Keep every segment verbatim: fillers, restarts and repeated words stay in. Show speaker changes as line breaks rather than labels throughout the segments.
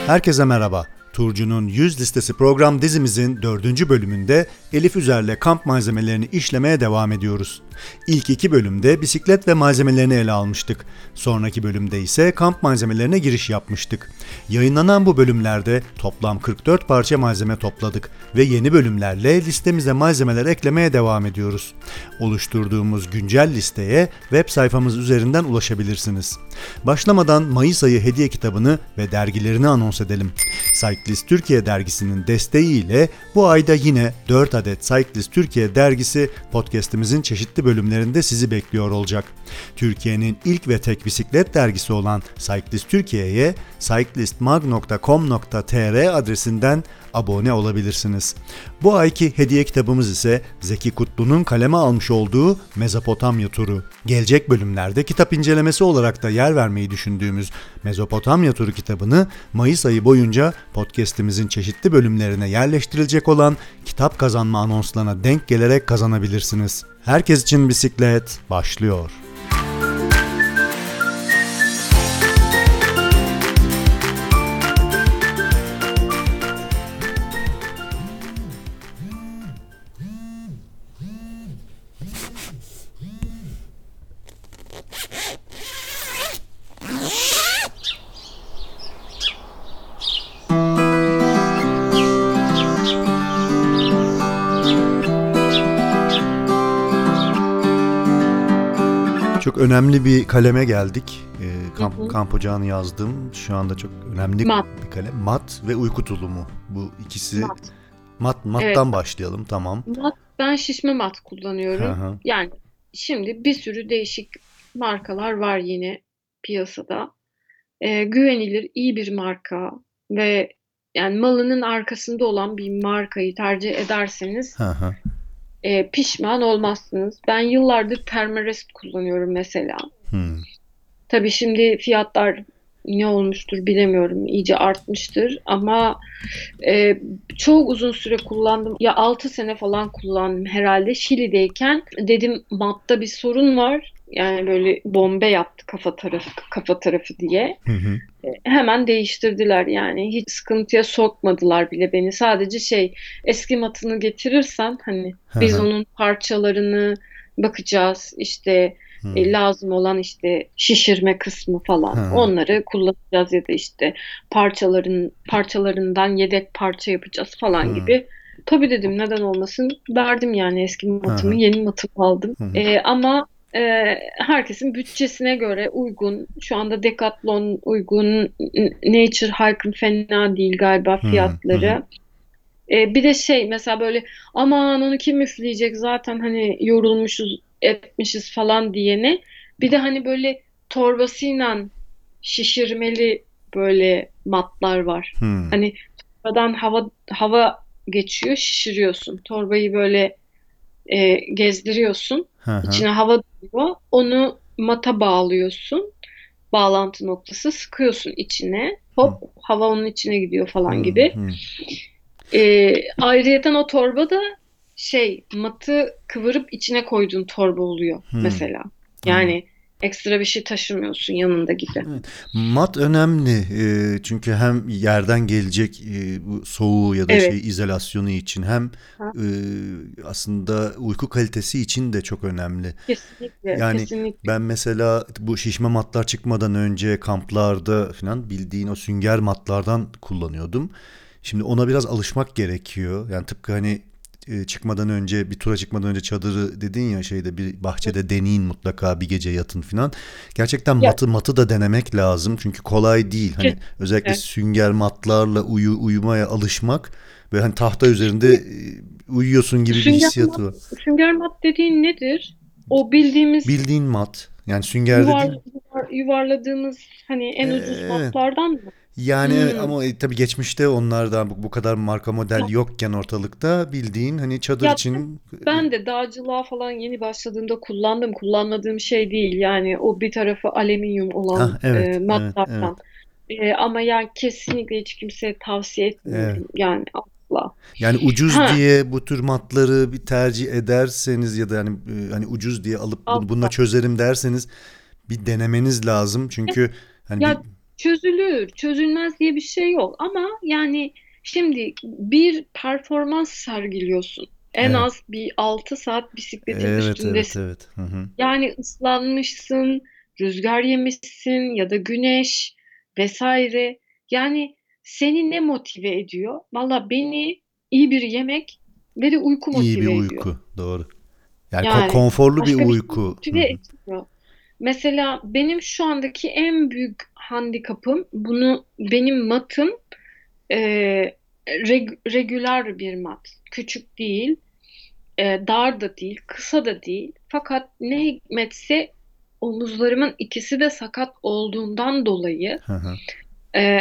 Herkese merhaba. Turcu'nun yüz listesi program dizimizin dördüncü bölümünde Elif Üzer'le kamp malzemelerini işlemeye devam ediyoruz. İlk iki bölümde bisiklet ve malzemelerini ele almıştık. Sonraki bölümde ise kamp malzemelerine giriş yapmıştık. Yayınlanan bu bölümlerde toplam kırk dört parça malzeme topladık ve yeni bölümlerle listemize malzemeler eklemeye devam ediyoruz. Oluşturduğumuz güncel listeye web sayfamız üzerinden ulaşabilirsiniz. Başlamadan Mayıs ayı hediye kitabını ve dergilerini anons edelim. Cyclist Türkiye dergisinin desteğiyle bu ayda yine dört adet Cyclist Türkiye dergisi podcast'imizin çeşitli bölümlerinde sizi bekliyor olacak. Türkiye'nin ilk ve tek bisiklet dergisi olan Cyclist Türkiye'ye cyclistmag nokta com nokta tr adresinden abone olabilirsiniz. Bu ayki hediye kitabımız ise Zeki Kutlu'nun kaleme almış olduğu Mezopotamya turu. Gelecek bölümlerde kitap incelemesi olarak da yer vermeyi düşündüğümüz Mezopotamya turu kitabını Mayıs ayı boyunca podcast'imizin çeşitli bölümlerine yerleştirilecek olan kitap kazanma anonslarına denk gelerek kazanabilirsiniz. Herkes için bisiklet başlıyor. Çok önemli bir kaleme geldik. E, kamp, hı hı. kamp ocağını yazdım. Şu anda çok önemli mat. bir kalem. Mat ve uyku tulumu. Bu ikisi. Mat. Mat mattan evet. başlayalım. Tamam.
Mat, ben şişme mat kullanıyorum. Hı hı. Yani şimdi bir sürü değişik markalar var yine piyasada. E, güvenilir, iyi bir marka ve yani malının arkasında olan bir markayı tercih ederseniz. Hı hı. E, pişman olmazsınız. Ben yıllardır Thermarest kullanıyorum mesela. Hmm. Tabii şimdi fiyatlar ne olmuştur bilemiyorum. İyice artmıştır ama e, çok uzun süre kullandım. Ya altı sene falan kullandım herhalde. Şili'deyken dedim matta bir sorun var. Yani böyle bombe yaptı kafa tarafı kafa tarafı diye. Hı hı. E, hemen değiştirdiler yani. Hiç sıkıntıya sokmadılar bile beni. Sadece şey eski matını getirirsen hani hı hı. biz onun parçalarını bakacağız. İşte Hmm. E, lazım olan işte şişirme kısmı falan hmm. onları kullanacağız ya da işte parçaların parçalarından yedek parça yapacağız falan hmm. gibi. Tabii dedim neden olmasın, verdim yani eski matımı hmm. yeni matımı aldım. Hmm. E, ama e, herkesin bütçesine göre uygun. Şu anda Decathlon uygun, Nature Hike'ın fena değil galiba fiyatları. Hmm. E, bir de şey mesela böyle aman onu kim üfleyecek zaten hani yorulmuşuz etmişiz falan diyene bir de hani böyle torbasıyla şişirmeli böyle matlar var. Hmm. Hani torbadan hava hava geçiyor, şişiriyorsun. Torbayı böyle e, gezdiriyorsun. Hı hı. İçine hava doluyor. Onu mata bağlıyorsun. Bağlantı noktası sıkıyorsun içine. Hop hmm. hava onun içine gidiyor falan hmm. gibi. Hmm. E, ayrıyeten o torba da şey matı kıvırıp içine koyduğun torba oluyor hmm. mesela. Yani hmm. ekstra bir şey taşımıyorsun yanında gibi.
Evet. Mat önemli e, çünkü hem yerden gelecek e, bu soğuğu ya da evet. şey izolasyonu için hem e, aslında uyku kalitesi için de çok önemli.
Kesinlikle.
Yani
kesinlikle.
ben mesela bu şişme matlar çıkmadan önce kamplarda falan bildiğin o sünger matlardan kullanıyordum. Şimdi ona biraz alışmak gerekiyor. Yani tıpkı hani çıkmadan önce bir tura çıkmadan önce çadırı dedin ya şeyde bir bahçede deneyin mutlaka bir gece yatın falan. Gerçekten ya. matı matı da denemek lazım. Çünkü kolay değil. Hani evet. özellikle sünger matlarla uyu, uyumaya alışmak ve hani tahta üzerinde uyuyorsun gibi sünger bir hissiyatı
mat,
var.
Sünger mat dediğin nedir? O bildiğimiz
bildiğin mat. Yani sünger
yuvar,
dediğin
yuvar, yuvarladığımız hani en ucuz
evet.
matlardan mı?
Yani hmm. evet, ama e, tabii geçmişte onlardan bu, bu kadar marka model ya. yokken ortalıkta bildiğin hani çadır
ya
için.
Ben de dağcılığa falan yeni başladığımda kullandım. Kullanmadığım şey değil. Yani o bir tarafı alüminyum olan
ah, evet,
e, matlardan.
Evet, evet.
E, ama yani kesinlikle hiç kimseye tavsiye etmiyorum. Evet. Yani asla.
Yani ucuz ha. diye bu tür matları bir tercih ederseniz ya da yani hani ucuz diye alıp bunu, bununla çözerim derseniz bir denemeniz lazım. Çünkü hani
ya,
bir
Çözülür, çözülmez diye bir şey yok ama yani şimdi bir performans sergiliyorsun. En
Evet.
az bir altı saat bisikletin
Evet, evet,
üstündesin.
evet. Hı hı.
Yani ıslanmışsın, rüzgar yemişsin ya da güneş vesaire. Yani seni ne motive ediyor? Valla beni iyi bir yemek ve de uyku
İyi bir
motive ediyor.
uyku. Doğru. Yani ko-
Yani
konforlu bir
başka bir şey
uyku. Hı
motive
hı.
etmiyor. Mesela benim şu andaki en büyük handikapım bunu benim matım e, reg- regüler bir mat. Küçük değil, e, dar da değil, kısa da değil. Fakat ne hikmetse omuzlarımın ikisi de sakat olduğundan dolayı
Hı hı.
e,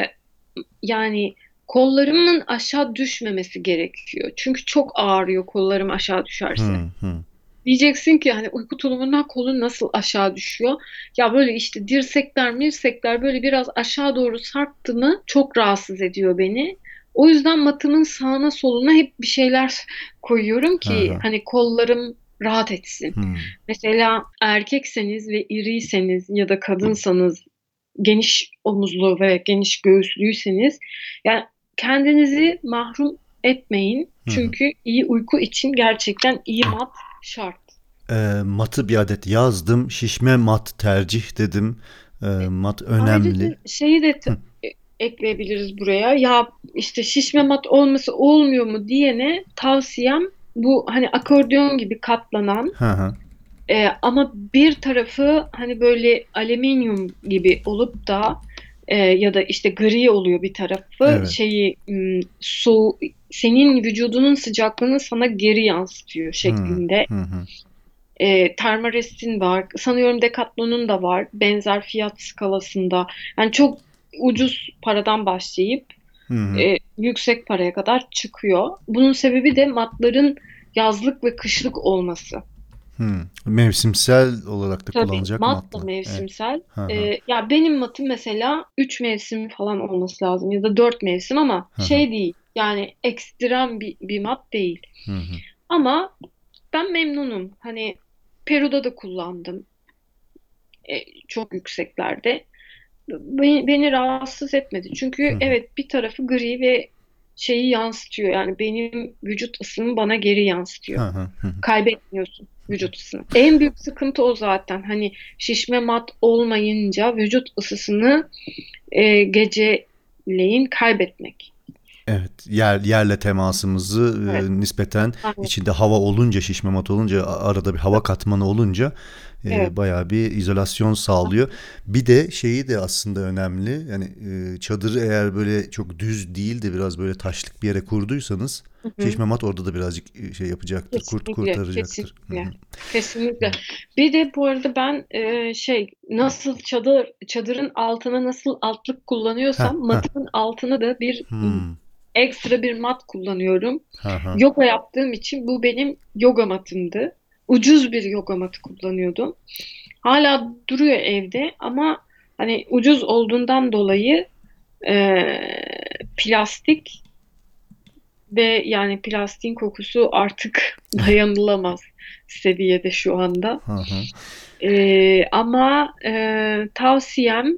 yani kollarımın aşağı düşmemesi gerekiyor. Çünkü çok ağrıyor kollarım aşağı düşerse.
Hı hı.
Diyeceksin ki hani uyku tulumundan kolun nasıl aşağı düşüyor? Ya böyle işte dirsekler mirsekler böyle biraz aşağı doğru sarktı mı çok rahatsız ediyor beni. O yüzden matımın sağına soluna hep bir şeyler koyuyorum
Hı
ki
hı.
hani kollarım rahat etsin.
Hı.
Mesela erkekseniz ve iriyseniz ya da kadınsanız geniş omuzlu ve geniş göğüslüyseniz yani kendinizi mahrum etmeyin.
Hı hı.
Çünkü iyi uyku için gerçekten iyi mat şart.
E, matı bir adet yazdım. Şişme mat tercih dedim. E, mat önemli.
Ayrıca şeyi de t-
Hı
e- ekleyebiliriz buraya. Ya işte şişme mat olması olmuyor mu diyene tavsiyem bu hani akordeon gibi katlanan
hı. Hı.
e, ama bir tarafı hani böyle alüminyum gibi olup da e, ya da işte gri oluyor bir tarafı
Evet.
şeyi m, su senin vücudunun sıcaklığını sana geri yansıtıyor
Hı
şeklinde.
hı. Hı.
E, Thermares'in var. Sanıyorum Decathlon'un da var. Benzer fiyat skalasında. Yani çok ucuz paradan başlayıp
Hı hı.
e, yüksek paraya kadar çıkıyor. Bunun sebebi de matların yazlık ve kışlık olması.
Hı. Mevsimsel olarak da
Tabii
kullanacak
mat da
matla. Evet.
mevsimsel.
Hı hı.
E, ya benim matım mesela üç mevsim falan olması lazım ya da dört mevsim ama
Hı hı.
şey değil. Yani ekstrem bir, bir mat değil.
Hı hı.
Ama ben memnunum. Hani Peru'da da kullandım. E, çok yükseklerde. Beni, beni rahatsız etmedi.
Hı
Çünkü
hı.
evet bir tarafı gri ve şeyi yansıtıyor. Yani benim vücut ısımı bana geri
Hı
yansıtıyor.
hı. Hı hı.
Kaybetmiyorsun vücut ısını. En büyük sıkıntı o zaten. Hani şişme mat olmayınca vücut ısısını e, geceleyin kaybetmek.
Evet, yer yerle temasımızı
Evet.
e, nispeten
Aynen.
içinde hava olunca, şişme mat olunca, a- arada bir hava katmanı olunca
Evet.
e, bayağı bir izolasyon sağlıyor. Bir de şeyi de aslında önemli. Yani e, çadırı eğer böyle çok düz değil de biraz böyle taşlık bir yere kurduysanız,
Hı hı.
şişme mat orada da birazcık e, şey yapacaktır, kurt
Kesinlikle,
kurtaracaktır. Hı
kesinlikle,
hı.
kesinlikle. Bir de bu arada ben e, şey nasıl çadır çadırın altına nasıl altlık
Ha
kullanıyorsam
ha.
matımın altına da bir m,
Hmm.
ekstra bir mat kullanıyorum.
Ha ha.
Yoga yaptığım için bu benim yoga matımdı. Ucuz bir yoga matı kullanıyordum. Hala duruyor evde ama hani ucuz olduğundan dolayı e, plastik ve yani plastiğin kokusu artık dayanılamaz seviyede şu anda.
Ha ha.
Ee, ama e, tavsiyem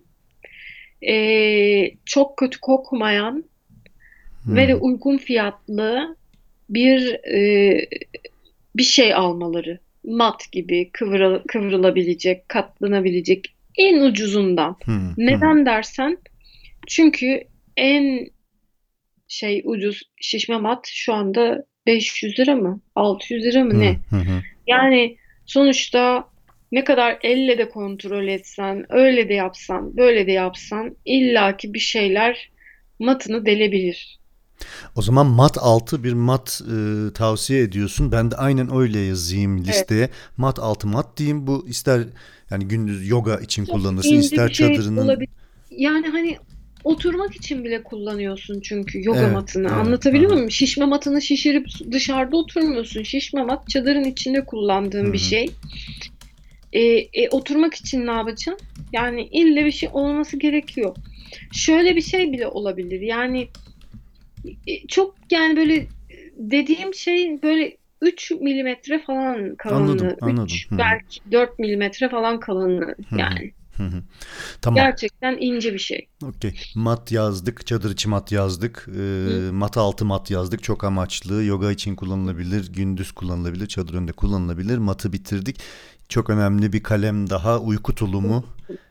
e, çok kötü kokmayan ve de
Hmm.
uygun fiyatlı bir e, bir şey almaları. Mat gibi kıvrıl, kıvrılabilecek, katlanabilecek en ucuzundan.
Hmm. Hmm.
Neden dersen çünkü en şey ucuz şişme mat şu anda beş yüz lira mı? altı yüz lira mı
Hmm.
ne?
Hmm. Hmm.
Yani sonuçta ne kadar elle de kontrol etsen, öyle de yapsan, böyle de yapsan illaki bir şeyler matını delebilir.
O zaman mat altı bir mat e, tavsiye ediyorsun. Ben de aynen öyle yazayım
Evet.
listeye. Mat altı mat diyeyim. Bu ister yani gündüz yoga için
Çok
kullanırsın,
ince bir
ister
şey
çadırının.
olabilir. Yani hani oturmak için bile kullanıyorsun çünkü yoga
Evet,
matını.
evet. Hı
Anlatabiliyor
hı.
muyum? Şişme matını şişirip dışarıda oturmuyorsun. Şişme mat çadırın içinde
Hı
kullandığın bir
hı.
şey. E, e, oturmak için ne yapacaksın? Yani ille bir şey olması gerekiyor. Şöyle bir şey bile olabilir. Yani e, çok yani böyle e, dediğim şey böyle üç milimetre falan
Anladım,
kalınlığı.
anladım.
Üç
Hı hı.
belki dört milimetre falan kalınlığı
Hı hı.
yani.
Hı hı. Tamam.
Gerçekten ince bir şey.
Okey. Mat yazdık. Çadır içi mat yazdık.
Hı.
Ee, mat altı mat yazdık. Çok amaçlı. Yoga için kullanılabilir. Gündüz kullanılabilir. Çadır önünde kullanılabilir. Matı bitirdik. Çok önemli bir kalem daha. Uyku tulumu.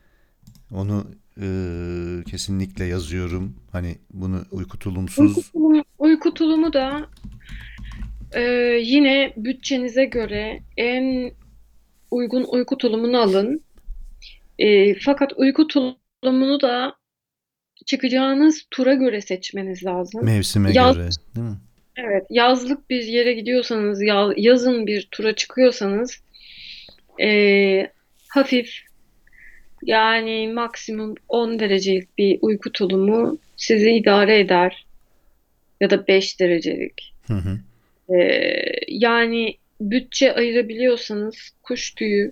Onu e, kesinlikle yazıyorum. Hani bunu uyku
Uyku
tulumsuz.
tulumu, uyku tulumu da e, yine bütçenize göre en uygun uyku tulumunu alın. E, fakat uyku tulumunu da çıkacağınız tura göre seçmeniz lazım.
Mevsime
Yaz,
göre, değil mi?
evet, yazlık bir yere gidiyorsanız, ya- yazın bir tura çıkıyorsanız e, hafif, yani maksimum on derecelik bir uyku tulumu sizi idare eder, ya da beş derecelik.
Hı hı.
E, Yani bütçe ayırabiliyorsanız kuş tüyü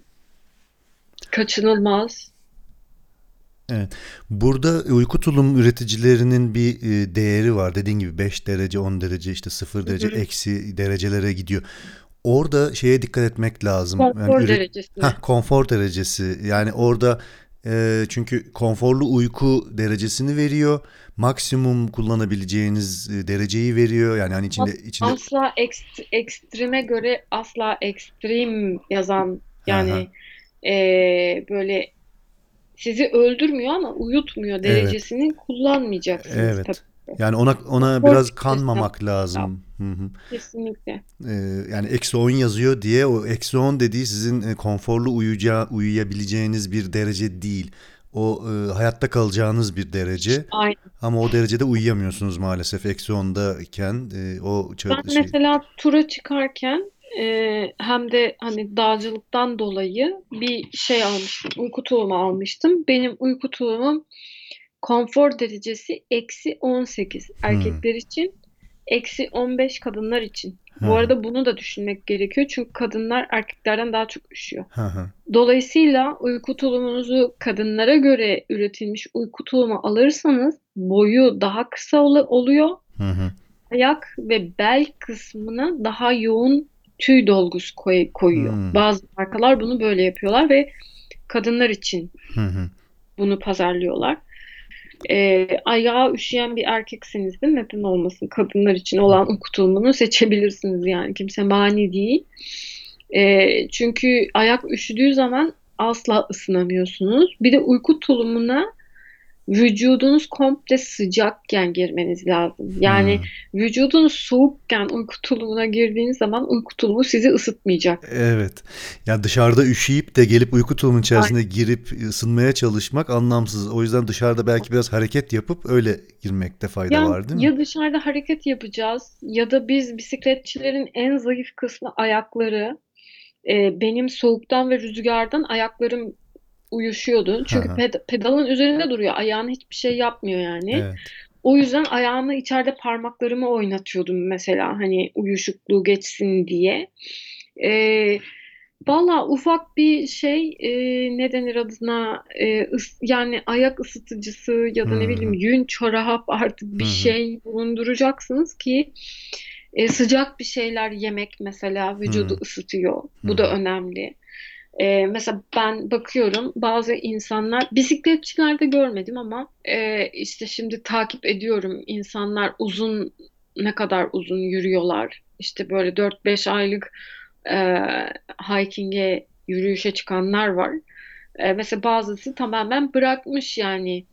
kaçınılmaz.
Evet. Burada uyku tulum üreticilerinin bir e, değeri var. Dediğin gibi beş derece, on derece, işte sıfır
Hı
derece,
hı.
eksi derecelere gidiyor. Orada şeye dikkat etmek lazım. Yani
Konfor
üret
derecesine.
ha konfor derecesi. Yani orada e, çünkü konforlu uyku derecesini veriyor. Maksimum kullanabileceğiniz e, dereceyi veriyor. Yani hani içinde içinde
Asla ekst, ekstreme göre asla ekstrem yazan,
ha ha.
yani eee, böyle sizi öldürmüyor ama uyutmuyor
Evet.
derecesini kullanmayacaksınız tabii
Evet.
ki.
Yani ona ona
Konfor
biraz
derecesine
kanmamak
bakmak
lazım. Hı hı.
kesinlikle.
Ee, yani eksi on yazıyor diye o eksi on dediği sizin e, konforlu uyuyacağı, uyuyabileceğiniz bir derece değil. O e, hayatta kalacağınız bir derece.
Aynen.
Ama o derecede uyuyamıyorsunuz maalesef. Eksi ondayken e, o
Ben
ça- şey.
mesela tura çıkarken eee, hem de hani dağcılıktan dolayı bir şey almıştım. Uyku tulumu almıştım. Benim uyku tulumum konfor derecesi eksi on sekiz
Hmm.
erkekler için, eksi on beş kadınlar için.
Hı
Bu
hı.
arada bunu da düşünmek gerekiyor çünkü kadınlar erkeklerden daha çok üşüyor.
Hı hı.
Dolayısıyla uyku tulumunuzu kadınlara göre üretilmiş uyku tulumu alırsanız boyu daha kısa ol- oluyor.
Hı hı.
Ayak ve bel kısmına daha yoğun tüy dolgusu koy- koyuyor.
Hmm.
Bazı markalar bunu böyle yapıyorlar ve kadınlar için
Hı hı.
bunu pazarlıyorlar. E, ayağı üşüyen bir erkeksiniz de neden olmasın? Kadınlar için olan uyku tulumunu seçebilirsiniz, yani kimse mani değil. E, çünkü ayak üşüdüğü zaman asla ısınamıyorsunuz. Bir de uyku tulumuna vücudunuz komple sıcakken girmeniz lazım. Yani
Hmm.
vücudunuz soğukken uyku tulumuna girdiğiniz zaman uyku tulumu sizi ısıtmayacak.
Evet. Ya dışarıda üşüyüp de gelip uyku tulumunun
Aynen.
içerisine girip ısınmaya çalışmak anlamsız. O yüzden dışarıda belki biraz hareket yapıp öyle girmekte fayda
Ya,
var, değil mi?
ya dışarıda hareket yapacağız ya da biz bisikletçilerin en zayıf kısmı ayakları. Ee, benim soğuktan ve rüzgardan ayaklarım uyuşuyordu.
Hı
Çünkü
hı.
ped- pedalın üzerinde duruyor. Ayağın hiçbir şey yapmıyor yani.
Evet.
O yüzden ayağımı içeride parmaklarımı oynatıyordum mesela, hani uyuşukluğu geçsin diye. Ee, Valla ufak bir şey, e, ne denir adına, e, ıs- yani ayak ısıtıcısı ya
Hı
da ne bileyim
hı.
yün, çorap, artık
Hı
bir
hı.
şey bulunduracaksınız ki e, sıcak bir şeyler yemek mesela vücudu
Hı
ısıtıyor.
hı.
Bu da önemli. E, mesela ben bakıyorum, bazı insanlar, bisikletçilerde görmedim ama e, işte şimdi takip ediyorum, insanlar uzun, ne kadar uzun yürüyorlar. İşte böyle dört beş aylık e, hiking'e, yürüyüşe çıkanlar var. E, mesela bazısı tamamen bırakmış yani,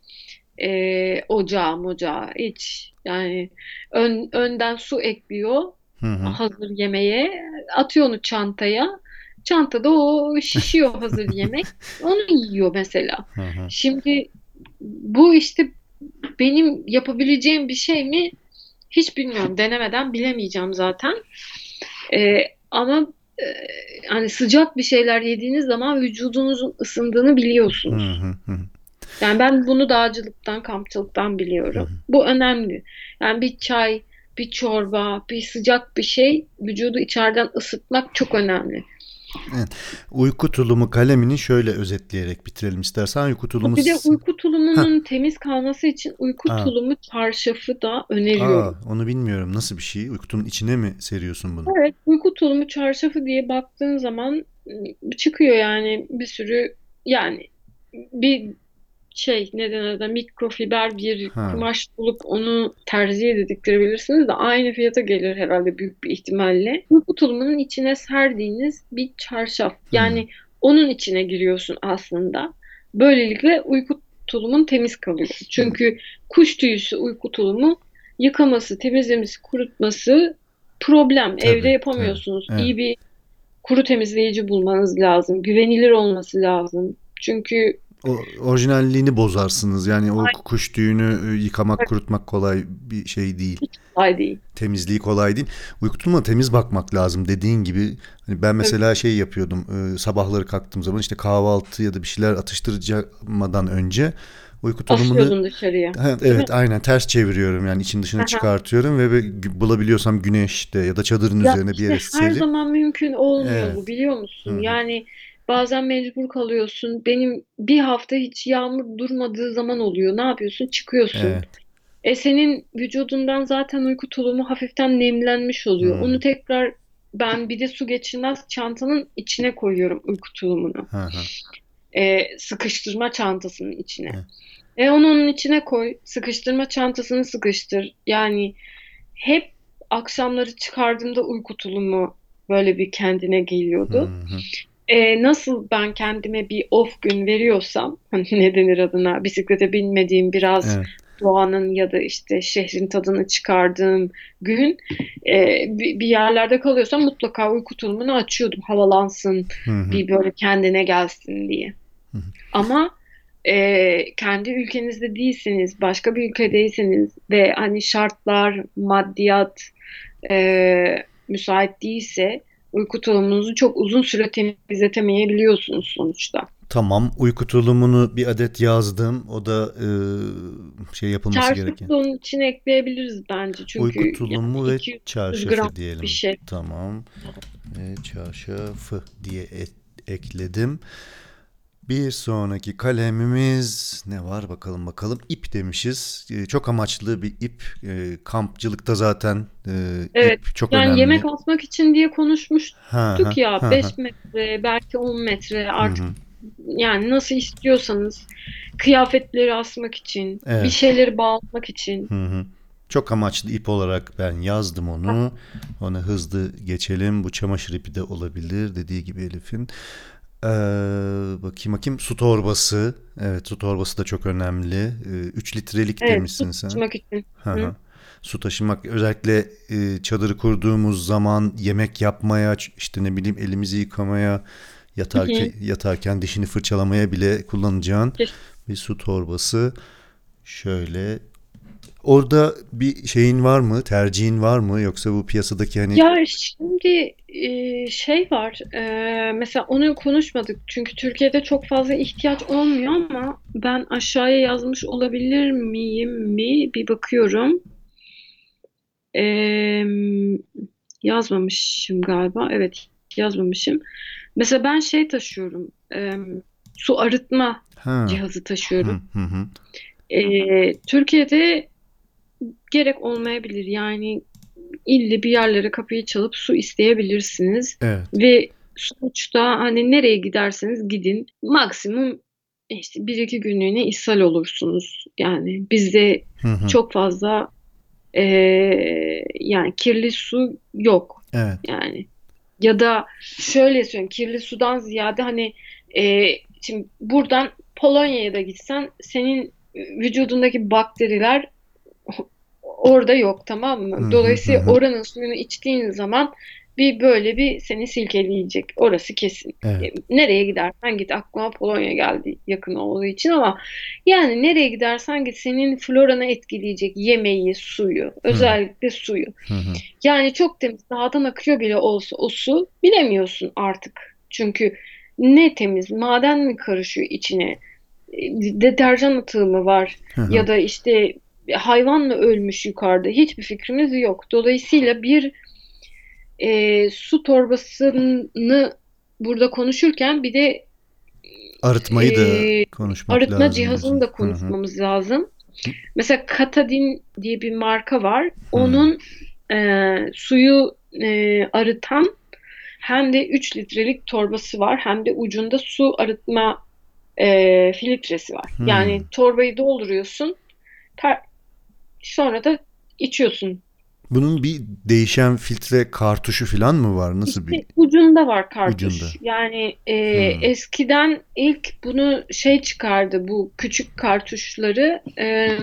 e, ocağı mocağı hiç, yani ön, önden su ekliyor
Hı hı.
hazır yemeğe, atıyor onu çantaya, çantada o şişiyor hazır yemek, onu yiyor mesela.
Hı hı.
Şimdi bu işte benim yapabileceğim bir şey mi, hiç bilmiyorum, denemeden bilemeyeceğim zaten. E, ama e, hani sıcak bir şeyler yediğiniz zaman vücudunuzun ısındığını
Hı
biliyorsunuz.
hı. Hı
Yani ben bunu dağcılıktan, kampçılıktan biliyorum.
hı.
Bu önemli. Yani bir çay, bir çorba, bir sıcak bir şey, vücudu içeriden ısıtmak çok önemli.
Evet. Uyku tulumu kalemini şöyle özetleyerek bitirelim istersen. Uyku tulumu
Bir de
s-
uyku
ha
tulumunun temiz kalması için uyku
aa,
tulumu çarşafı da
aa
öneriyorum.
onu bilmiyorum. Nasıl bir şey? Uyku tulumunun içine mi seriyorsun bunu?
Evet, uyku tulumu çarşafı diye baktığın zaman ım, çıkıyor yani bir sürü, yani bir şey neden adı mikrofiber bir
Ha.
kumaş bulup onu terziye de diktirebilirsiniz de aynı fiyata gelir herhalde büyük bir ihtimalle. Uyku tulumunun içine serdiğiniz bir çarşaf.
Hmm.
Yani onun içine giriyorsun aslında. Böylelikle uyku tulumun temiz kalıyor. Çünkü kuş tüyüsü uyku tulumu yıkaması, temizlemesi, kurutması problem. Evde
Tabii, tabii.
yapamıyorsunuz.
Evet.
İyi bir kuru temizleyici bulmanız lazım. Güvenilir olması lazım. Çünkü
O orijinalliğini bozarsınız. Yani o kuş tüyünü e, yıkamak, kurutmak kolay bir şey değil.
hiç kolay değil.
Temizliği kolay değil. Uyku tulumuna temiz bakmak lazım dediğin gibi. Hani ben
Tabii.
mesela şey yapıyordum. e, sabahları kalktığım zaman işte kahvaltı ya da bir şeyler atıştırmadan önce uyku tulumunu
Asıyordun dışarıya.
ha,
Değil mi?
evet aynen ters çeviriyorum. Yani için dışına
Aha.
çıkartıyorum ve böyle gü- bulabiliyorsam güneşte ya da çadırın
Ya
üzerine bir
işte
yere
her
serip
zaman mümkün olmuyor bu
evet.
biliyor
Hı
musun?
hı.
Yani bazen mecbur kalıyorsun. Benim bir hafta hiç yağmur durmadığı zaman oluyor. Ne yapıyorsun? Çıkıyorsun.
Evet.
E senin vücudundan zaten uyku tulumu hafiften nemlenmiş oluyor.
Hı.
Onu tekrar ben bir de su geçirmez çantanın içine koyuyorum uyku tulumunu.
Hı hı.
E, sıkıştırma çantasının içine.
Evet.
E onu onun içine koy. Sıkıştırma çantasını sıkıştır. Yani hep akşamları çıkardığımda uyku tulumu böyle bir kendine
Hı
geliyordu.
hı.
E, nasıl ben kendime bir off gün veriyorsam, hani ne denir adına, bisiklete binmediğim biraz
Evet.
doğanın ya da işte şehrin tadını çıkardığım gün e, bir bir yerlerde kalıyorsam mutlaka uyku tulumunu açıyordum havalansın,
Hı hı.
bir böyle kendine gelsin diye.
Hı hı.
Ama e, kendi ülkenizde değilseniz, başka bir ülkedeyseniz ve hani şartlar, maddiyat e, müsait değilse uyku tulumunuzu çok uzun süre temizletemeyebiliyorsunuz sonuçta.
Tamam. Uyku tulumunu bir adet yazdım. O da e, şey yapılması
Çarşafı
gereken.
da onun içine ekleyebiliriz bence. Çünkü
Uyku
yani
tulumu ve
iki yüz gram
çarşafı
bir
diyelim.
şey.
Tamam. Ve çarşafı diye e- ekledim. Bir sonraki kalemimiz ne var bakalım bakalım. İp demişiz. E, çok amaçlı bir ip. E, kampçılıkta zaten e,
Evet.
ip çok
Yani yemek
önemli.
asmak için diye
Ha ha
konuşmuştuk ya
ha ha.
beş metre belki on metre
Hı
artık
hı.
yani nasıl istiyorsanız kıyafetleri asmak için bir
Evet.
şeyleri bağlamak için.
Hı hı. Çok amaçlı ip olarak ben yazdım onu. Ona hızlı geçelim. Bu çamaşır ipi de olabilir dediği gibi Elif'in. Ee, bakayım bakayım su torbası. Evet su torbası da çok önemli. Üç litrelik
Evet, su
demişsin sen.
taşımak için.
Hı
Hı.
hı. Su taşımak özellikle e, çadırı kurduğumuz zaman yemek yapmaya işte ne bileyim elimizi yıkamaya
Hı
yatarken,
hı.
yatarken dişini fırçalamaya bile kullanacağın
Kesin.
bir su torbası. Şöyle orada bir şeyin var mı? Tercihin var mı? Yoksa bu piyasadaki hani
Ya şimdi e, şey var e, mesela onu konuşmadık çünkü Türkiye'de çok fazla ihtiyaç olmuyor ama ben aşağıya yazmış olabilir miyim mi bir bakıyorum. E, yazmamışım galiba, evet yazmamışım. Mesela ben şey taşıyorum, e, su arıtma
ha
cihazı
hı
taşıyorum.
hı hı.
E, Türkiye'de gerek olmayabilir yani ille bir yerlere kapıyı çalıp su isteyebilirsiniz.
Evet.
Ve sonuçta hani nereye giderseniz gidin maksimum işte bir iki günlüğüne ishal olursunuz. Yani bizde
Hı hı.
çok fazla eee, yani kirli su yok.
Evet.
Yani ya da şöyle söyleyeyim kirli sudan ziyade hani eee, şimdi buradan Polonya'ya da gitsen senin vücudundaki bakteriler orada yok, tamam
Hı
mı?
hı hı
Dolayısıyla
hı.
oranın suyunu içtiğin zaman bir böyle bir seni silkeleyecek. Orası kesin. E,
Evet.
Nereye gidersen git. Aklıma Polonya geldi yakın olduğu için ama yani nereye gidersen git senin floranı etkileyecek yemeği, suyu,
Hı
özellikle suyu.
hı hı.
Yani çok temiz dağdan akıyor bile olsa o su bilemiyorsun artık. Çünkü ne temiz maden mi karışıyor içine? E, Deterjan atığı mı var?
Hı hı.
Ya da işte hayvan mı ölmüş yukarıda? Hiçbir fikrimiz yok. Dolayısıyla bir e, su torbasını burada konuşurken bir de
Arıtmayı da
e,
konuşmak
arıtma
lazım
cihazını
diyorsun.
da
Hı hı.
konuşmamız lazım. Mesela Katadin diye bir marka var.
Hı.
Onun e, suyu e, arıtan hem de üç litrelik torbası var hem de ucunda su arıtma e, filtresi var.
Hmm.
Yani torbayı dolduruyorsun, ter- sonra da içiyorsun.
Bunun bir değişen filtre kartuşu falan mı var? Nasıl bir
İşte ucunda var kartuş.
ucunda?
Yani e,
Hmm.
eskiden ilk bunu şey çıkardı, bu küçük kartuşları. E,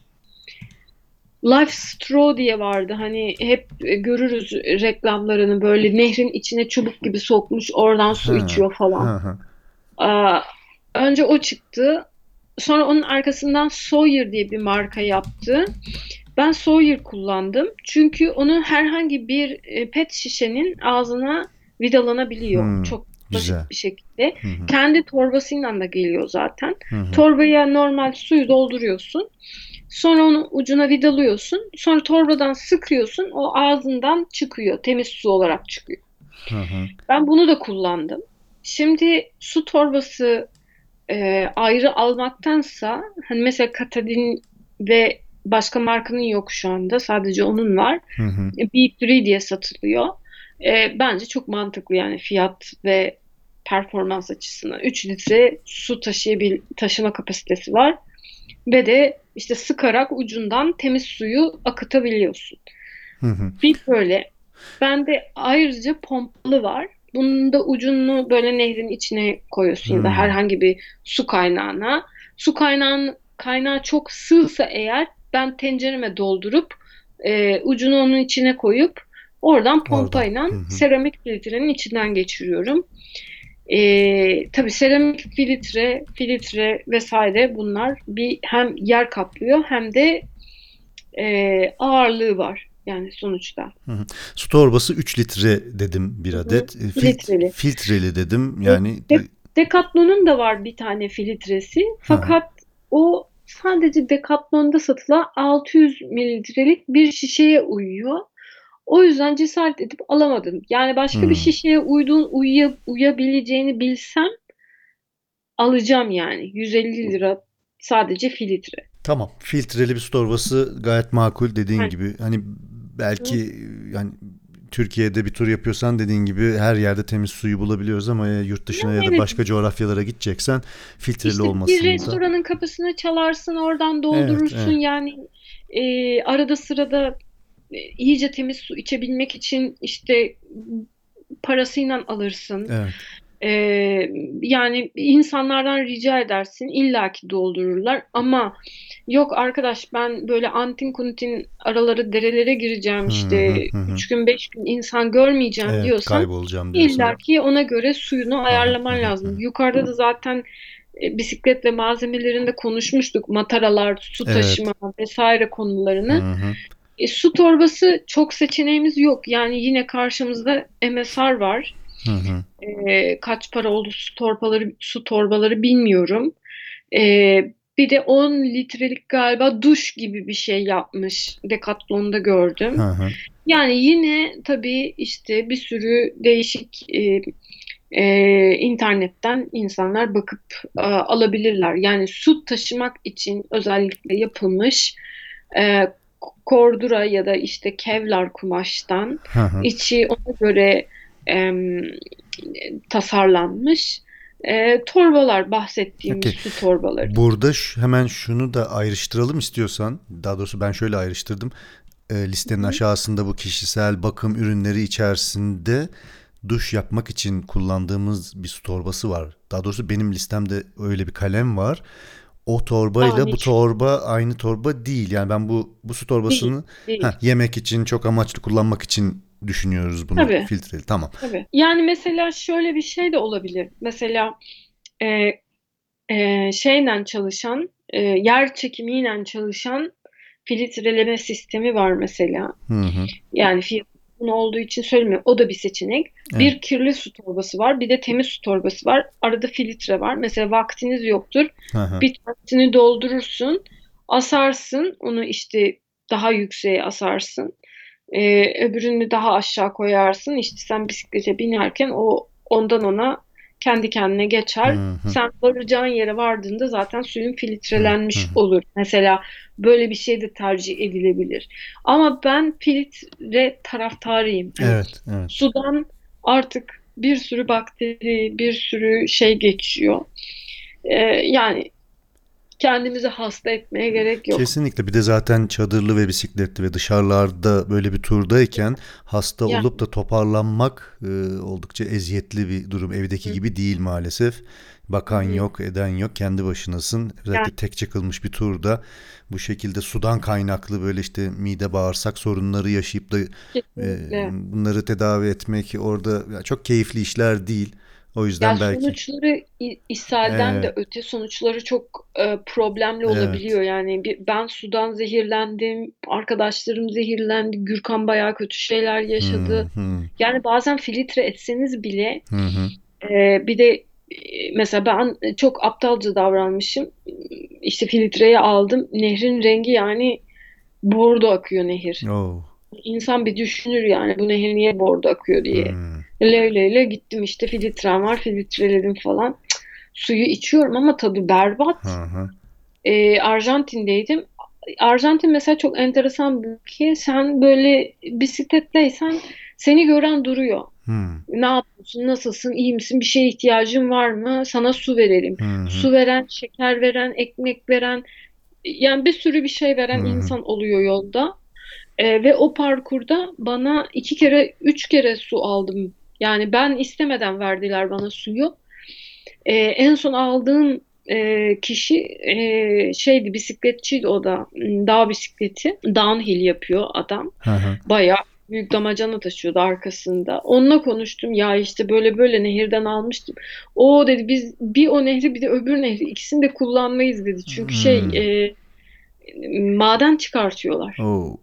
Life Straw diye vardı. Hani hep e, görürüz reklamlarını, böyle nehrin içine çubuk gibi sokmuş, oradan su
Ha.
içiyor falan.
Ha ha.
Aa, önce o çıktı. Sonra onun arkasından Sawyer diye bir marka yaptı. Ben Sawyer kullandım. Çünkü onu herhangi bir e, pet şişenin ağzına vidalanabiliyor.
Hmm.
Çok
Güzel.
basit bir şekilde.
Hı hı.
Kendi torbasıyla da geliyor zaten.
Hı hı.
Torbaya normal suyu dolduruyorsun. Sonra onu ucuna vidalıyorsun. Sonra torbadan sıkıyorsun. O ağzından çıkıyor. Temiz su olarak çıkıyor.
Hı hı.
Ben bunu da kullandım. Şimdi su torbası e, ayrı almaktansa, hani mesela Katadin ve başka markanın yok şu anda. Sadece onun var.
Hı hı.
E, B üç diye satılıyor. E, bence çok mantıklı, yani fiyat ve performans açısından. üç litre su taşıyabil taşıma kapasitesi var ve de işte sıkarak ucundan temiz suyu akıtabiliyorsun.
Hı hı.
Bir böyle. Bende ayrıca pompalı var. Bunun da ucunu böyle nehrin içine koyuyorsun ya da
Hmm.
herhangi bir su kaynağına. Su kaynağın kaynağı çok sığsa eğer, ben tencereme doldurup e, ucunu onun içine koyup oradan
Oradan.
pompayla
Hı hı.
seramik filtrenin içinden geçiriyorum. E, tabii seramik filtre, filtre vesaire, bunlar bir hem yer kaplıyor hem de e, ağırlığı var yani sonuçta.
Hı hı. Su torbası üç litre dedim bir
Hı hı.
adet. E, Filt,
Filtreli.
filtreli dedim.
E,
Yani
De- Decathlon'un da var bir tane filtresi.
hı hı.
Fakat o sadece Decathlon'da satılan altı yüz mililitrelik bir şişeye uyuyor. O yüzden cesaret edip alamadım. Yani başka bir
Hmm.
şişeye uyduğun uyuya, uyabileceğini bilsem alacağım yani. yüz elli lira sadece filtre.
Tamam. Filtreli bir su torbası gayet makul dediğin
Yani,
gibi. Hani
hı.
belki yani Türkiye'de bir tur yapıyorsan dediğin gibi her yerde temiz suyu bulabiliyoruz ama ya yurt dışına ya da
Evet,
başka coğrafyalara gideceksen filtreli
işte bir
olmasında.
restoranın kapısına çalarsın, oradan
Evet,
doldurursun.
evet.
Yani e, arada sırada e, iyice temiz su içebilmek için işte parasıyla alırsın.
Evet.
E, Yani insanlardan rica edersin, illaki doldururlar. Ama yok arkadaş, ben böyle antin kuntin araları, derelere gireceğim,
Hı hı
işte
hı. Hı.
üç gün beş gün insan görmeyeceğim
Evet,
diyorsan
kaybolacağım diyorsan.
illaki ona göre suyunu
Hı hı hı
ayarlaman
hı.
lazım. Yukarıda da zaten e, bisiklet ve malzemelerinde konuşmuştuk. Mataralar, su
Evet.
taşıma vesaire
Hı
konularını.
hı.
E, su torbası çok seçeneğimiz yok. Yani yine karşımızda M S R var.
Hı hı.
E, kaç para oldu su torbaları, su torbaları bilmiyorum. E, Bir de on litrelik galiba duş gibi bir şey yapmış. Decathlon'da
Hı
gördüm.
hı.
Yani yine tabii işte bir sürü değişik e, e, internetten insanlar bakıp e, alabilirler. Yani su taşımak için özellikle yapılmış e, kordura ya da işte kevlar kumaştan,
Hı hı.
içi ona göre em, tasarlanmış e, torbalar, bahsettiğimiz
Okey.
su torbaları.
Burada şu- hemen şunu da ayrıştıralım istiyorsan. Daha doğrusu ben şöyle ayrıştırdım. E, listenin
Hı
aşağısında bu kişisel bakım ürünleri içerisinde duş yapmak için kullandığımız bir su torbası var. Daha doğrusu benim listemde öyle bir kalem var. O
Aa,
torbayla bu
hiç
torba aynı torba değil. Yani ben bu bu su
değil,
torbasını
değil.
heh, yemek için çok amaçlı kullanmak için düşünüyoruz bunu
Tabii,
filtreli. Tamam.
tabii. Yani mesela şöyle bir şey de olabilir. Mesela e, e, şeyle çalışan, e, yer çekimiyle çalışan filtreleme sistemi var mesela.
Hı hı.
Yani fiyatı uygun olduğu için söylemiyorum. O da bir seçenek.
Evet.
Bir kirli su torbası var, bir de temiz su torbası var. Arada filtre var. Mesela vaktiniz yoktur.
Hı hı.
Bir tanesini doldurursun, asarsın. Onu işte daha yükseğe asarsın. Ee, öbürünü daha aşağı koyarsın. İşte sen bisiklete binerken o ondan ona kendi kendine geçer.
Hı hı.
Sen varacağın yere vardığında zaten suyun
Hı hı.
filtrelenmiş olur. Mesela böyle bir şey de tercih edilebilir. Ama ben filtre taraftarıyım. Hani
Evet, evet.
sudan artık bir sürü bakteri, bir sürü şey geçiyor. Ee, yani kendimizi hasta etmeye gerek yok.
Kesinlikle. Bir de zaten çadırlı ve bisikletli ve dışarılarda böyle bir turdayken hasta
Yani.
olup da toparlanmak e, oldukça eziyetli bir durum. Evdeki
Hı
gibi değil maalesef. Bakan
hı.
yok, eden yok. Kendi başınasın.
Yani
Özellikle tek çıkılmış bir turda bu şekilde sudan kaynaklı böyle işte mide bağırsak sorunları yaşayıp da e,
kesinlikle.
bunları tedavi etmek orada ya çok keyifli işler değil. O
Ya
yüzden belki.
sonuçları i- ishalden
Evet,
de öte sonuçları çok e, problemli
evet.
olabiliyor. Yani bir, ben sudan zehirlendim, arkadaşlarım zehirlendi, Gürkan bayağı kötü şeyler
Hı
yaşadı.
hı,
Yani bazen filtre etseniz bile
hı hı.
e, bir de e, mesela ben çok aptalca davranmışım. İşte filtreyi aldım. Nehrin rengi yani bordo akıyor nehir.
Oh.
İnsan bir düşünür yani bu nehir niye bordo akıyor diye.
Hı.
Öyle öyle öyle gittim işte filtrem var filtreledim falan. Cık, suyu içiyorum ama tadı
Hı
berbat.
hı.
Ee, Arjantin'deydim. Arjantin mesela çok enteresan bir ülke. Sen böyle bisikletteysen seni gören duruyor.
Hı.
Ne yapıyorsun, nasılsın, iyi misin, bir şeye ihtiyacın var mı? Sana su verelim.
Hı hı.
Su veren, şeker veren, ekmek veren, yani bir sürü bir şey
Hı
veren
hı.
insan oluyor yolda. Ee, ve o parkurda bana iki kere, üç kere su aldım. Yani ben istemeden verdiler bana suyu. Ee, en son aldığım e, kişi e, şeydi, bisikletçiydi o da. Hmm, Dağ bisikleti. Downhill yapıyor adam.
Hı hı.
Bayağı büyük damacana taşıyordu arkasında. Onunla konuştum. Ya işte böyle böyle nehirden almıştım. O dedi biz bir o nehri bir de öbür nehri ikisini de kullanmayız dedi. Çünkü şey
Hmm.
e, maden çıkartıyorlar.
Oh.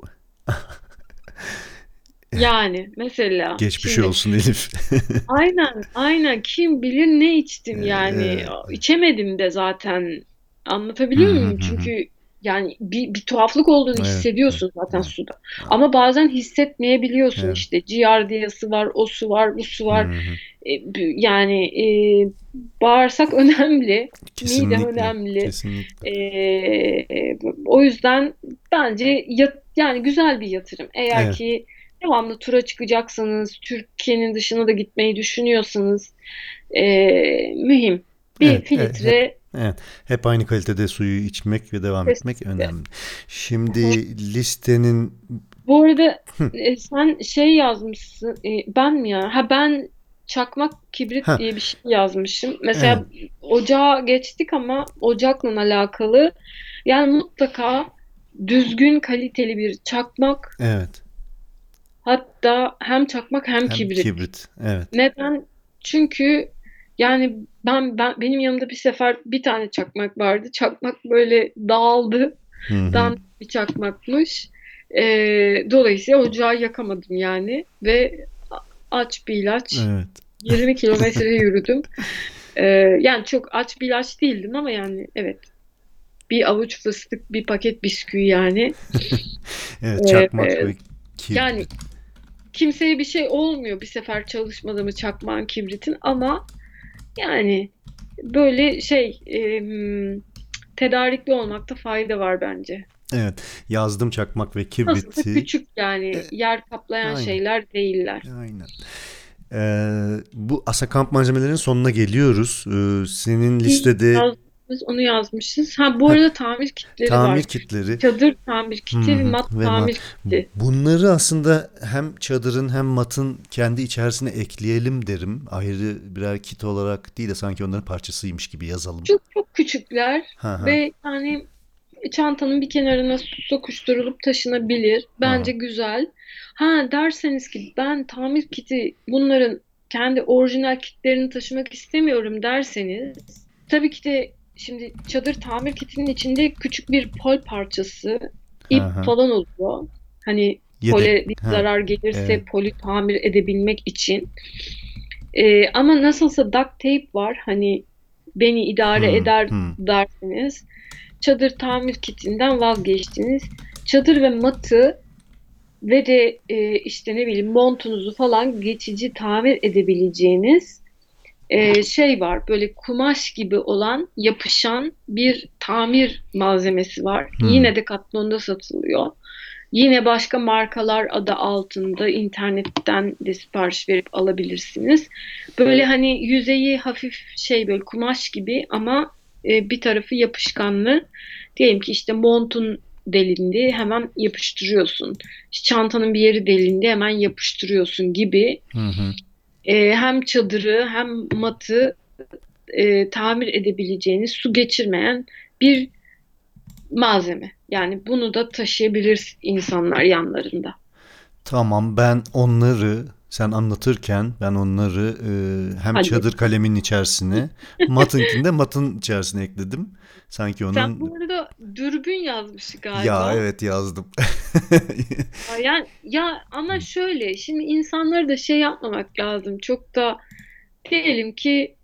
Yani mesela
Geçmiş
şimdi
olsun Elif.
aynen aynen kim bilir ne içtim yani
Evet.
içemedim de zaten
Hı
anlatabiliyor
hı
muyum?
hı hı.
Çünkü yani bir, bir tuhaflık olduğunu
Evet. Evet.
hissediyorsun zaten
Evet.
suda. Ama bazen hissetmeyebiliyorsun
Evet.
işte giardiyası var, o su var, bu su
Hı
var.
hı.
E, b- yani e, bağırsak önemli, mide
Kesinlikle.
önemli.
Kesinlikle.
E, e, o yüzden bence yat, yani güzel bir yatırım. Eğer
Evet.
ki devamlı tura çıkacaksanız, Türkiye'nin dışına da gitmeyi düşünüyorsanız e, mühim. Bir
Evet. Evet. Hep,
filtre
evet. Hep aynı kalitede suyu içmek ve devam etmek
kesinlikle.
önemli. Şimdi listenin.
Bu arada
Hı.
e, sen şey yazmışsın, e, ben mi ya? Ha ben çakmak kibrit
Ha.
diye bir şey yazmışım.
Evet.
Mesela ocağa geçtik ama ocakla alakalı yani mutlaka düzgün kaliteli bir çakmak,
Evet.
hatta hem çakmak hem
Hem
kibrit.
kibrit. Evet.
Neden? Çünkü yani ben, ben benim yanımda bir sefer bir tane çakmak vardı. Çakmak böyle dağıldı.
Hı hı.
Dandik bir çakmakmış. Ee, dolayısıyla ocağı yakamadım yani ve a- aç bir ilaç.
Evet.
yirmi kilometre yürüdüm. Ee, yani çok aç bir ilaç değildim ama yani evet. Bir avuç fıstık, bir paket bisküvi yani.
Evet. Çakmak
Ee,
ve
yani
kibrit.
kimseye bir şey olmuyor bir sefer çalışmadı mı çakmağın kibritin ama yani böyle şey em, tedarikli olmakta fayda var bence.
Evet. Yazdım çakmak ve
Nasıl da
kibriti.
küçük yani yer kaplayan
Aynen.
şeyler değiller.
Aynen. Ee, bu asa kamp malzemelerinin sonuna geliyoruz. Ee, senin
İyi
listede
yazmışız, onu yazmışız. Ha bu
heh,
arada tamir kitleri
tamir
var.
kitleri.
Çadır tamir
Hı
kiti ve
hı.
mat
Ve ma-
tamir kiti.
bunları aslında hem çadırın hem matın kendi içerisine ekleyelim derim. Ayrı birer kit olarak değil de sanki onların parçasıymış gibi yazalım.
Çok çok küçükler
Ha ha.
ve yani çantanın bir kenarına sokuşturulup taşınabilir.
Ha
Bence
ha.
güzel. Ha derseniz ki ben tamir kiti bunların kendi orijinal kitlerini taşımak istemiyorum derseniz tabii ki de şimdi çadır tamir kitinin içinde küçük bir pol parçası,
Ha
ip
ha.
falan oluyor. Hani
Yedek.
pole bir
Ha.
zarar gelirse
Evet.
poli tamir edebilmek için. Ee, ama nasılsa duct tape var. Hani beni idare
Hı
eder
hı.
derseniz çadır tamir kitinden vazgeçtiniz. Çadır ve matı ve de e, işte ne bileyim montunuzu falan geçici tamir edebileceğiniz e, şey var. Böyle kumaş gibi olan yapışan bir tamir malzemesi var.
Hı.
Yine Decathlon'da satılıyor. Yine başka markalar adı altında internetten de sipariş verip alabilirsiniz. Böyle hani yüzeyi hafif şey böyle kumaş gibi ama e, bir tarafı yapışkanlı. Diyelim ki işte montun delindi, hemen yapıştırıyorsun. İşte çantanın bir yeri delindi, hemen yapıştırıyorsun gibi.
Hı hı.
E, hem çadırı hem matı e, tamir edebileceğiniz, su geçirmeyen bir malzeme. Yani bunu da taşıyabilir insanlar yanlarında.
Tamam, ben onları sen anlatırken ben onları e, hem
Hallet.
çadır kalemin içerisine, matınkinde matın içerisine ekledim. Sanki
Sen
onun
bu arada dürbün yazmış
ya
galiba.
evet yazdım.
Aa, Yani ya ama şöyle şimdi insanları da şey yapmamak lazım. Çok da diyelim ki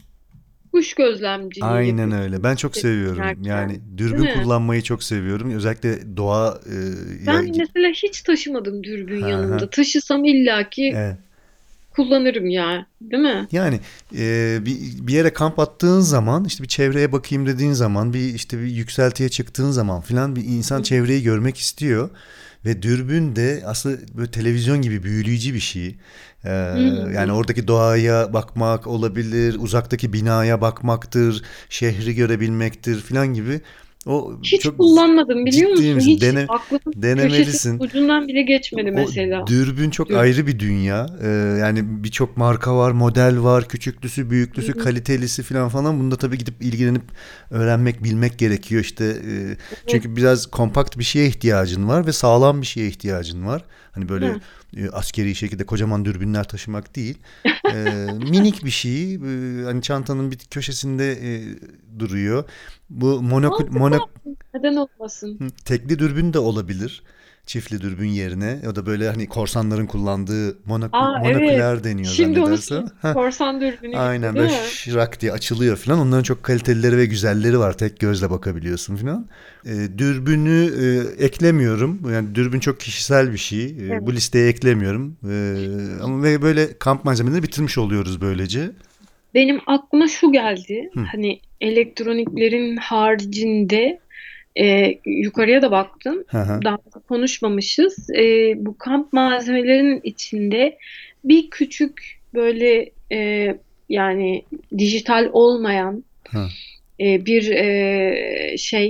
kuş gözlemciliği
Aynen öyle. Ben
yapıyorsunuz
çok
işte
seviyorum.
binerken.
Yani
Değil
dürbün
mi?
kullanmayı çok seviyorum. Özellikle doğa e, ya
Ben mesela hiç taşımadım dürbün
ha ha.
yanımda. Taşısam illaki
Evet.
kullanırım ya. Değil mi?
Yani e, bir, bir yere kamp attığın zaman işte bir çevreye bakayım dediğin zaman bir işte bir yükseltiye çıktığın zaman filan bir insan
Hı
çevreyi görmek istiyor. Ve dürbün de aslında böyle televizyon gibi büyüleyici bir şey. Ee,
hı.
Yani oradaki doğaya bakmak olabilir, uzaktaki binaya bakmaktır, şehri görebilmektir filan gibi. O
Hiç
çok
kullanmadım biliyor
ciddi
musun?
misin?
Hiç
Dene,
aklımın köşesinin
denemelisin.
ucundan bile geçmedi
O
mesela.
dürbün çok
Dürbün.
ayrı bir dünya. Ee, yani birçok marka var, model var, küçüklüsü,
Hı
büyüklüsü,
hı.
kalitelisi falan falan. Bunda tabii gidip ilgilenip öğrenmek, bilmek gerekiyor işte. E,
Evet.
çünkü biraz kompakt bir şeye ihtiyacın var ve sağlam bir şeye ihtiyacın var. Hani böyle
Hı.
e, askeri şekilde kocaman dürbünler taşımak değil. E, Minik bir şey. E, hani çantanın bir köşesinde e, duruyor. Bu monokül,
Mantıklı.
mono,
Neden olmasın?
Hı, tekli dürbün de olabilir. Çiftli dürbün yerine. O da böyle hani korsanların kullandığı monok
Aa evet.
monoküler deniyor
Şimdi onu
zannedersem.
söyleyeyim.
Heh,
Korsan dürbünü gibi
aynen
değil
böyle
mi?
şırak diye açılıyor falan. Onların çok kalitelileri ve güzelleri var. Tek gözle bakabiliyorsun falan. E, dürbünü e, eklemiyorum. Yani dürbün çok kişisel bir şey. E, bu
Evet.
listeye eklemiyorum. E, ama ve böyle kamp malzemeleri bitirmiş oluyoruz böylece.
Benim aklıma şu geldi.
Hı,
Hani elektroniklerin haricinde e, yukarıya da baktım.
hı hı.
Daha da konuşmamışız. E, bu kamp malzemelerinin içinde bir küçük böyle e, yani dijital olmayan
Hı.
e, bir e, şey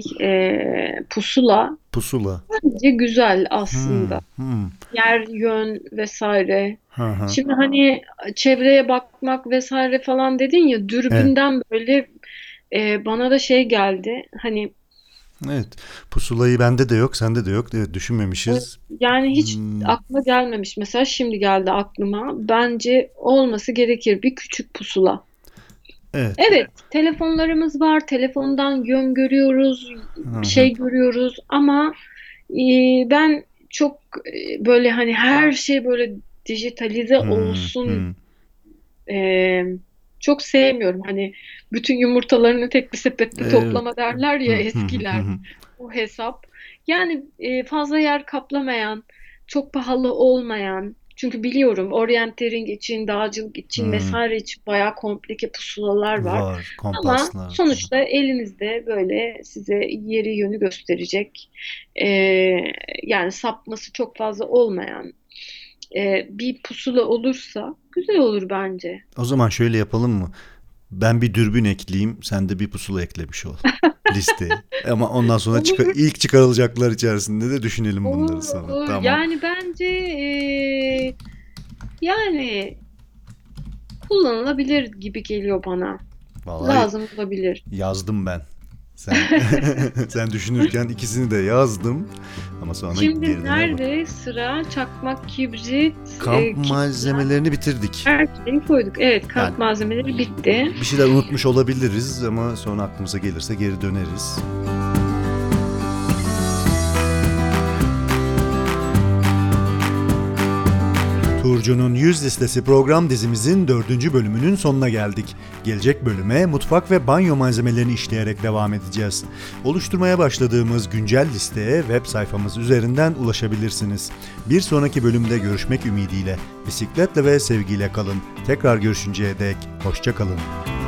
e, pusula
Pusula.
bence güzel
Hı,
aslında.
hı,
Yer, yön vesaire.
hı hı.
Şimdi hani çevreye bakmak vesaire falan dedin ya
Evet.
dürbünden böyle e, bana da şey geldi. Hani
Evet. Pusulayı bende de yok, sende de yok. Evet,
e,
düşünmemişiz.
yani hiç
Hmm,
aklıma gelmemiş. Mesela şimdi geldi aklıma. Bence olması gerekir bir küçük pusula.
evet.
Evet, telefonlarımız var. Telefondan yön görüyoruz,
Hı
bir
hı.
şey görüyoruz ama e, ben çok e, böyle hani her şey böyle dijitalize
Hı
olsun
hı.
e, çok sevmiyorum. Hani bütün yumurtalarını tek bir sepette
Evet.
toplama derler
Hı
ya
hı hı
eskiler.
hı.
Bu hesap. Yani e, fazla yer kaplamayan, çok pahalı olmayan. Çünkü biliyorum orienteering için, dağcılık için
Hı.
vesaire için bayağı komplike pusulalar var.
Var.
Ama
Kompaslar falan.
sonuçta elinizde böyle size yeri yönü gösterecek, e, yani sapması çok fazla olmayan e, bir pusula olursa güzel olur bence.
O zaman şöyle yapalım mı? Ben bir dürbün ekleyeyim, sen de bir pusula eklemiş ol listeye. Ama ondan sonra çıka-
Olur,
ilk çıkarılacaklar içerisinde de düşünelim bunları
olur,
sonra.
olur.
Tamam.
Yani bence e, yani kullanılabilir gibi geliyor bana.
Vallahi
Lazım olabilir.
yazdım ben. Sen sen düşünürken ikisini de yazdım. Ama sonra
Şimdi
geride bak.
nerede sıra çakmak, kibrit,
Kamp
e, kibritler,
malzemelerini bitirdik.
her şeyi koyduk. Evet,
Yani
kamp malzemeleri bitti.
bir şeyler unutmuş olabiliriz ama sonra aklımıza gelirse geri döneriz. Turcu'nun Yüz Listesi program dizimizin dördüncü bölümünün sonuna geldik. Gelecek bölüme mutfak ve banyo malzemelerini işleyerek devam edeceğiz. Oluşturmaya başladığımız güncel listeye web sayfamız üzerinden ulaşabilirsiniz. Bir sonraki bölümde görüşmek ümidiyle, bisikletle ve sevgiyle kalın. Tekrar görüşünceye dek hoşça kalın.